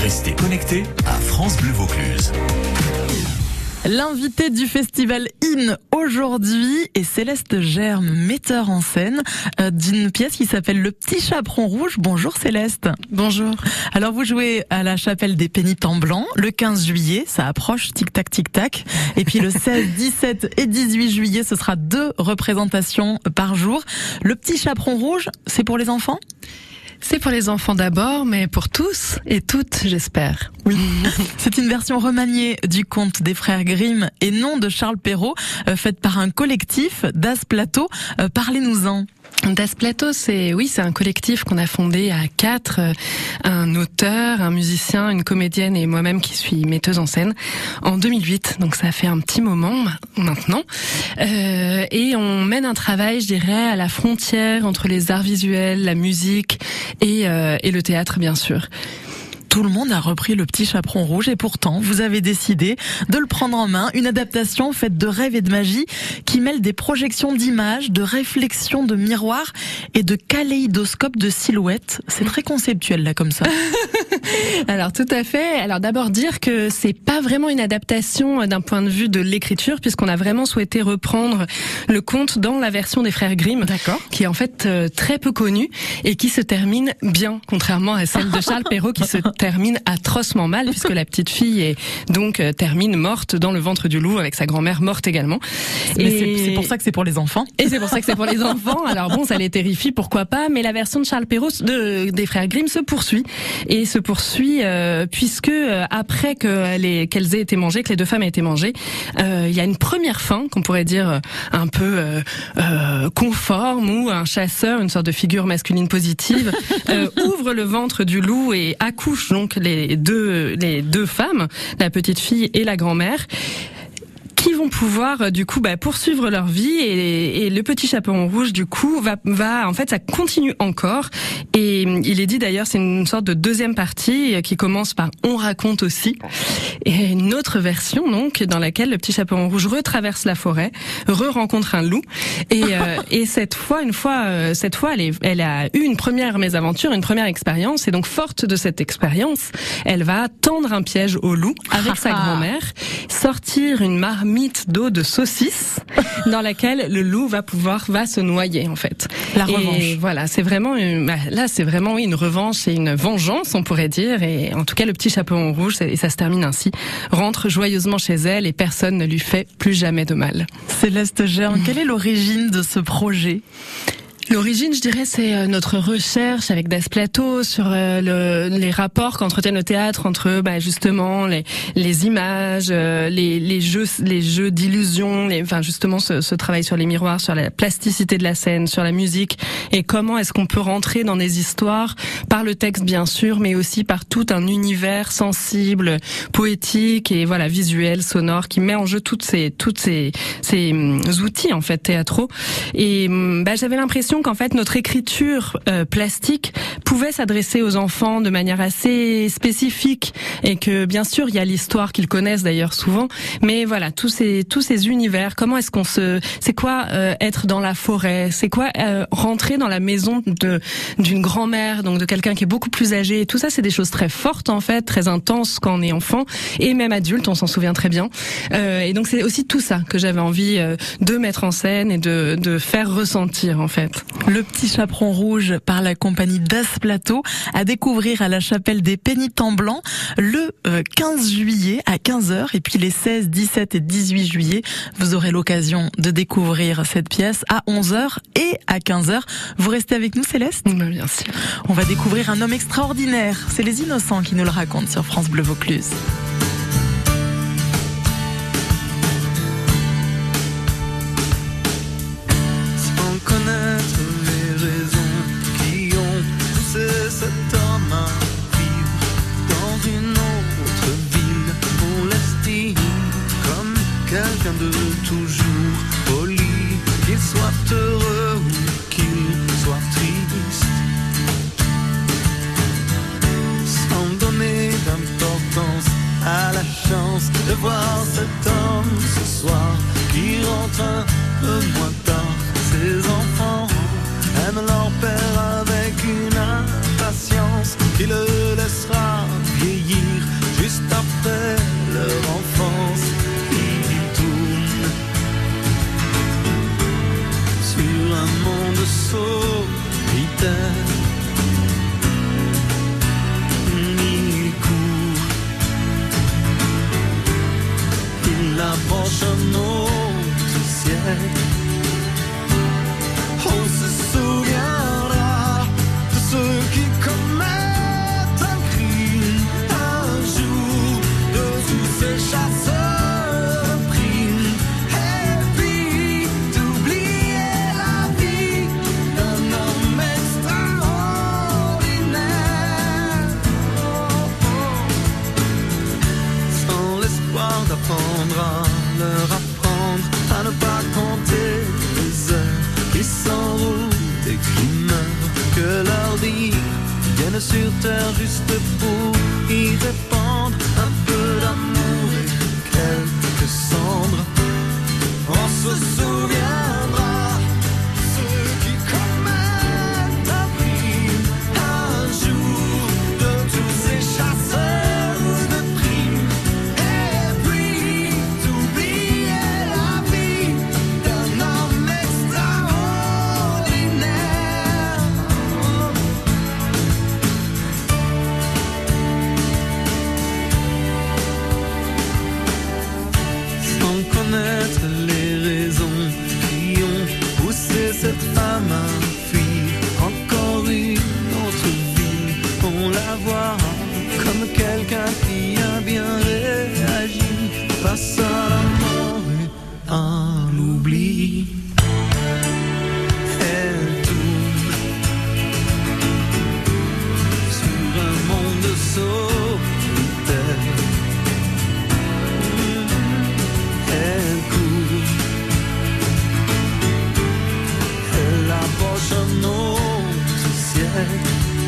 Restez connectés à France Bleu Vaucluse. L'invité du festival IN aujourd'hui est Céleste Germe, metteur en scène d'une pièce qui s'appelle Le Petit Chaperon Rouge. Bonjour Céleste. Bonjour. Alors vous jouez à la chapelle des Pénitents Blancs le 15 juillet, ça approche, tic-tac, tic-tac. Et puis le 16, 17 et 18 juillet, ce sera 2 représentations par jour. Le Petit Chaperon Rouge, c'est pour les enfants ? C'est pour les enfants d'abord, mais pour tous et toutes, j'espère. Oui. C'est une version remaniée du conte des frères Grimm et non de Charles Perrault, faite par un collectif d'As Plateau. Parlez-nous-en. Das Plateau, c'est un collectif qu'on a fondé à 4, un auteur, un musicien, une comédienne et moi-même qui suis metteuse en scène en 2008. Donc ça fait un petit moment maintenant. Et on mène un travail, je dirais, à la frontière entre les arts visuels, la musique et le théâtre, bien sûr. Tout le monde a repris Le Petit Chaperon Rouge et pourtant, vous avez décidé de le prendre en main. Une adaptation faite de rêves et de magie qui mêle des projections d'images, de réflexions de miroirs et de kaléidoscopes de silhouettes. C'est très conceptuel là comme ça. Alors tout à fait. Alors d'abord dire que c'est pas vraiment une adaptation d'un point de vue de l'écriture puisqu'on a vraiment souhaité reprendre le conte dans la version des frères Grimm. D'accord. Qui est en fait très peu connue et qui se termine bien, contrairement à celle de Charles Perrault qui se termine atrocement mal puisque la petite fille est donc termine morte dans le ventre du loup avec sa grand-mère morte également. Mais c'est pour ça que c'est pour les enfants. Et c'est pour ça que c'est pour les enfants. Alors bon, ça les terrifie, pourquoi pas, mais la version de Charles Perrault des frères Grimm se poursuit puisque après qu'elles aient été mangées, que les 2 femmes aient été mangées, il y a une première fin qu'on pourrait dire un peu conforme où un chasseur, une sorte de figure masculine positive, ouvre le ventre du loup et accouche donc les deux femmes, la petite fille et la grand-mère, qui vont pouvoir du coup poursuivre leur vie et le Petit Chaperon Rouge du coup va en fait ça continue encore et il est dit d'ailleurs c'est une sorte de deuxième partie qui commence par on raconte aussi et une autre version donc dans laquelle le Petit Chaperon Rouge retraverse la forêt, rencontre un loup et cette fois elle a eu une première mésaventure, une première expérience et donc forte de cette expérience, elle va tendre un piège au loup avec sa grand-mère, sortir une marmite d'eau de saucisse dans laquelle le loup va se noyer en fait. La revanche. Et voilà, c'est vraiment une revanche et une vengeance on pourrait dire et en tout cas le Petit Chaperon Rouge et ça se termine ainsi, rentre joyeusement chez elle et personne ne lui fait plus jamais de mal. Céleste Germe, quelle est l'origine de ce projet ? L'origine, je dirais, c'est notre recherche avec Das Plateau sur les rapports qu'entretient le théâtre entre justement les images, les jeux d'illusion, justement ce travail sur les miroirs, sur la plasticité de la scène, sur la musique et comment est-ce qu'on peut rentrer dans des histoires par le texte bien sûr, mais aussi par tout un univers sensible, poétique et visuel, sonore qui met en jeu toutes ces outils en fait théâtraux et j'avais l'impression qu'en fait notre écriture plastique pouvait s'adresser aux enfants de manière assez spécifique et que bien sûr il y a l'histoire qu'ils connaissent d'ailleurs souvent, mais voilà tous ces univers, comment est-ce c'est quoi être dans la forêt, c'est quoi rentrer dans la maison d'une grand-mère, donc de quelqu'un qui est beaucoup plus âgé, et tout ça c'est des choses très fortes en fait, très intenses quand on est enfant et même adulte, on s'en souvient très bien et donc c'est aussi tout ça que j'avais envie de mettre en scène et de faire ressentir en fait. Le Petit Chaperon Rouge par la compagnie Das Plateau à découvrir à la chapelle des Pénitents Blancs le 15 juillet à 15h et puis les 16, 17 et 18 juillet vous aurez l'occasion de découvrir cette pièce à 11h et à 15h. Vous restez avec nous Céleste ? Bien sûr. On va découvrir un homme extraordinaire, c'est les Innocents qui nous le racontent sur France Bleu Vaucluse. Cet homme à vivre dans une autre ville, on l'estime comme quelqu'un de toujours poli, qu'il soit heureux ou qu'il soit triste, sans donner d'importance à la chance de voir cet homme ce soir qui rentre un peu moins tard. Ses enfants aiment leur père avec une impatience qui le laissera vieillir. apprendre à leur apprendre à ne pas compter les heures qui s'enroulent et qui meurent, que leur dire viennent sur terre juste pour y répandre un peu d'amour et quelques cendres. On se souviendra ceux qui commettent un crime un jour de tous ces chasseurs de primes, et puis d'oublier la vie d'un homme extraordinaire. Sans connaître les raisons qui ont poussé cette femme à fuir encore une autre vie, on la voit comme quelqu'un qui a bien réagi face à la mort et à l'oubli. Elle tourne sur un monde solitaire. Elle court, elle approche un autre ciel.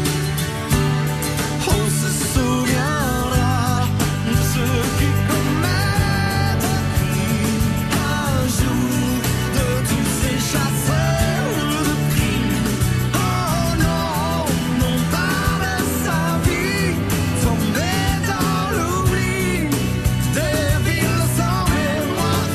On se souviendra de ceux qui commettent un crime un jour, de tous ces chasseurs de primes. Oh non, non pas de sa vie, tombée dans l'oubli des villes sans mémoire.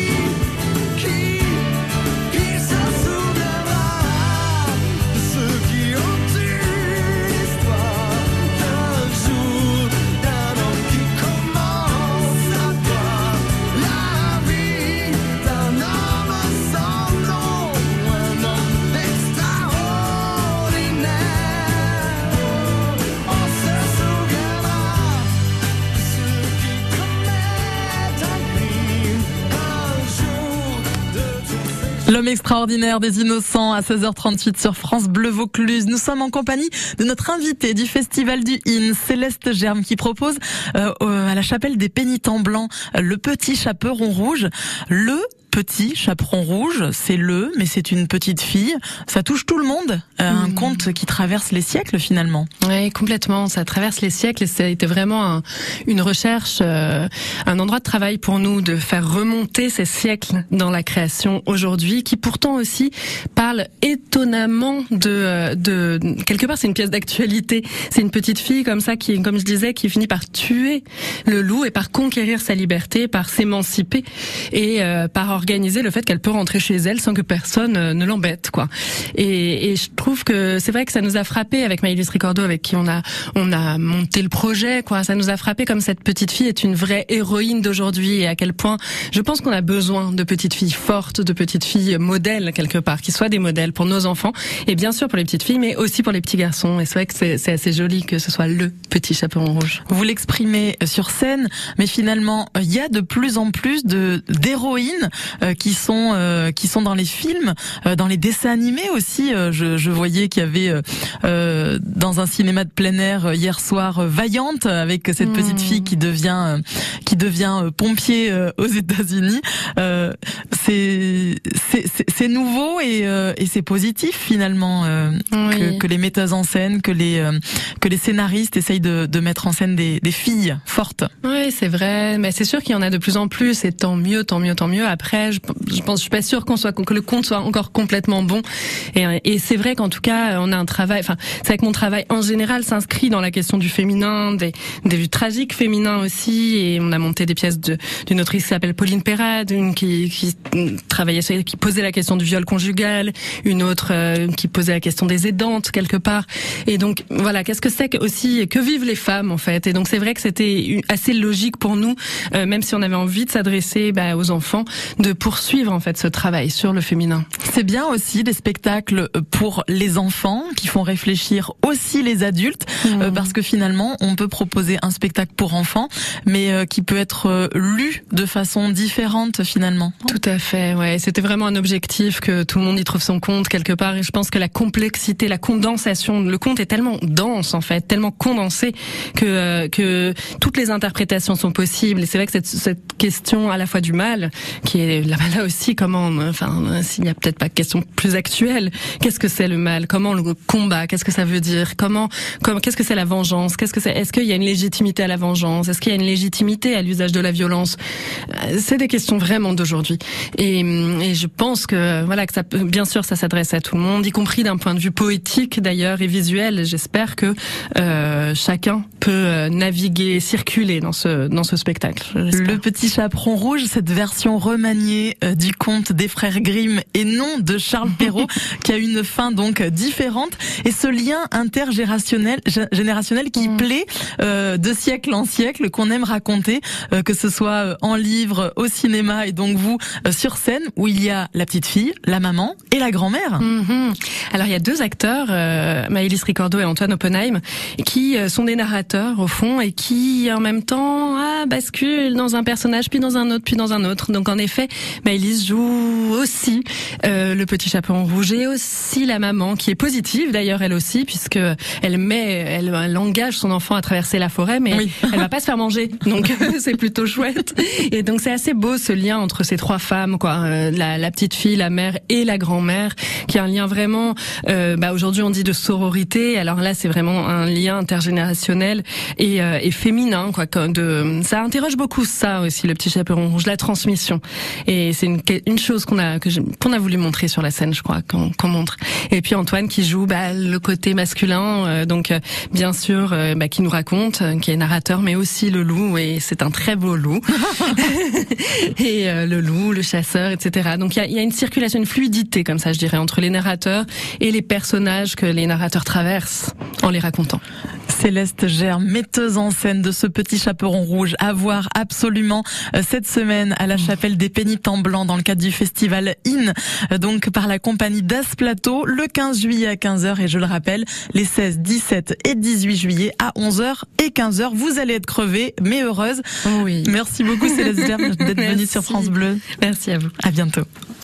Qui se souviendra de ceux qui ont eu l'histoire d'un jour, d'un homme qui commence à voir la vie d'un homme sans nom, un homme extraordinaire. On se souviendra de ceux qui commettent un crime un jour, de tous ces L'homme extraordinaire des innocents à 16h38 sur France Bleu Vaucluse. Nous sommes en compagnie de notre invité du Festival du IN, Céleste Germe, qui propose à la chapelle des Pénitents Blancs le petit chaperon rouge. Le petit chaperon rouge, mais c'est une petite fille. Ça touche tout le monde. Un conte qui traverse les siècles finalement. Oui, complètement. Ça traverse les siècles et ça a été vraiment une recherche, un endroit de travail pour nous de faire remonter ces siècles dans la création aujourd'hui, qui pourtant aussi parle étonnamment de quelque part c'est une pièce d'actualité. C'est une petite fille comme ça qui, comme je disais, qui finit par tuer le loup et par conquérir sa liberté, par s'émanciper et par organiser le fait qu'elle peut rentrer chez elle sans que personne ne l'embête, quoi. Et je trouve que c'est vrai que ça nous a frappé avec Maëlys Ricordo, avec qui on a monté le projet, quoi. Ça nous a frappé comme cette petite fille est une vraie héroïne d'aujourd'hui et à quel point je pense qu'on a besoin de petites filles fortes, de petites filles modèles quelque part, qui soient des modèles pour nos enfants et bien sûr pour les petites filles, mais aussi pour les petits garçons. Et c'est vrai que c'est assez joli que ce soit le petit chaperon rouge. Vous l'exprimez sur scène, mais finalement il y a de plus en plus d'héroïnes qui sont dans les films, dans les dessins animés aussi. Je voyais qu'il y avait dans un cinéma de plein air hier soir Vaillante, avec cette petite fille qui devient pompier aux États-Unis. C'est nouveau et c'est positif finalement oui. que les metteuses en scène, que les scénaristes essayent de mettre en scène des filles fortes. Oui, c'est vrai, mais c'est sûr qu'il y en a de plus en plus et tant mieux. Après, je suis pas sûre que le conte soit encore complètement bon. Et c'est vrai qu'en tout cas, on a un travail. Enfin, c'est vrai que mon travail en général s'inscrit dans la question du féminin, des tragiques féminins aussi. Et on a monté des pièces d'une autrice qui s'appelle Pauline Perrade, une qui travaillait qui posait la question du viol conjugal, une autre qui posait la question des aidantes quelque part. Et donc voilà, qu'est-ce que c'est aussi que vivent les femmes en fait. Et donc c'est vrai que c'était assez logique pour nous, même si on avait envie de s'adresser aux enfants, de poursuivre en fait ce travail sur le féminin. C'est bien aussi des spectacles pour les enfants qui font réfléchir aussi les adultes, parce que finalement on peut proposer un spectacle pour enfants, mais qui peut être lu de façon différente finalement. Tout à fait, ouais. C'était vraiment un objectif que tout le monde y trouve son compte quelque part, et je pense que la complexité, la condensation, le conte est tellement dense en fait, tellement condensé que toutes les interprétations sont possibles. Et c'est vrai que cette question à la fois du mal, qui est là aussi comment, enfin, s'il n'y a peut-être pas de question plus actuelle, qu'est-ce que c'est le mal, comment le combat, qu'est-ce que ça veut dire, qu'est-ce que c'est la vengeance, est-ce qu'il y a une légitimité à la vengeance, est-ce qu'il y a une légitimité à l'usage de la violence. C'est des questions vraiment d'aujourd'hui. Et je pense que voilà, que ça, bien sûr, ça s'adresse à tout le monde, y compris d'un point de vue poétique d'ailleurs et visuel. J'espère que chacun peut naviguer, circuler dans ce spectacle. Le Petit Chaperon Rouge, cette version remaniée du conte des frères Grimm et non de Charles Perrault, qui a une fin donc différente, et ce lien intergénérationnel qui plaît de siècle en siècle, qu'on aime raconter, que ce soit en livre, au cinéma, et donc vous sur scène, où il y a la petite fille, la maman et la grand-mère. Alors il y a deux acteurs, Maëlys Ricordo et Antoine Oppenheim, qui sont des narrateurs au fond et qui en même temps basculent dans un personnage, puis dans un autre, puis dans un autre. Donc en effet, Maëlys joue aussi le Petit Chaperon Rouge et aussi la maman, qui est positive d'ailleurs elle aussi, puisque elle engage son enfant à traverser la forêt, mais oui. Elle va pas se faire manger, donc c'est plutôt chouette. Et donc c'est assez beau ce lien entre ces trois femmes, quoi, la petite fille, la mère et la grand-mère, qui est un lien vraiment, aujourd'hui on dit de sororité, alors là c'est vraiment un lien intergénérationnel et féminin, quoi. Ça interroge beaucoup ça aussi, le Petit Chaperon Rouge, la transmission. Et c'est une chose qu'on a voulu montrer sur la scène, je crois, qu'on montre. Et puis Antoine qui joue le côté masculin, donc bien sûr, qui nous raconte, qui est narrateur, mais aussi le loup, et c'est un très beau loup. Et le loup, le chasseur, etc. Donc il y a une circulation, une fluidité comme ça, je dirais, entre les narrateurs et les personnages que les narrateurs traversent en les racontant. Céleste Germe, metteuse en scène de ce Petit Chaperon Rouge, à voir absolument cette semaine à la Chapelle des Pénitents Blancs dans le cadre du festival IN, donc par la compagnie Das Plateau, le 15 juillet à 15h, et je le rappelle, les 16, 17 et 18 juillet à 11h et 15h. Vous allez être crevée, mais heureuse. Oui. Merci beaucoup Céleste Germe d'être venue sur France Bleu. Merci à vous. À bientôt.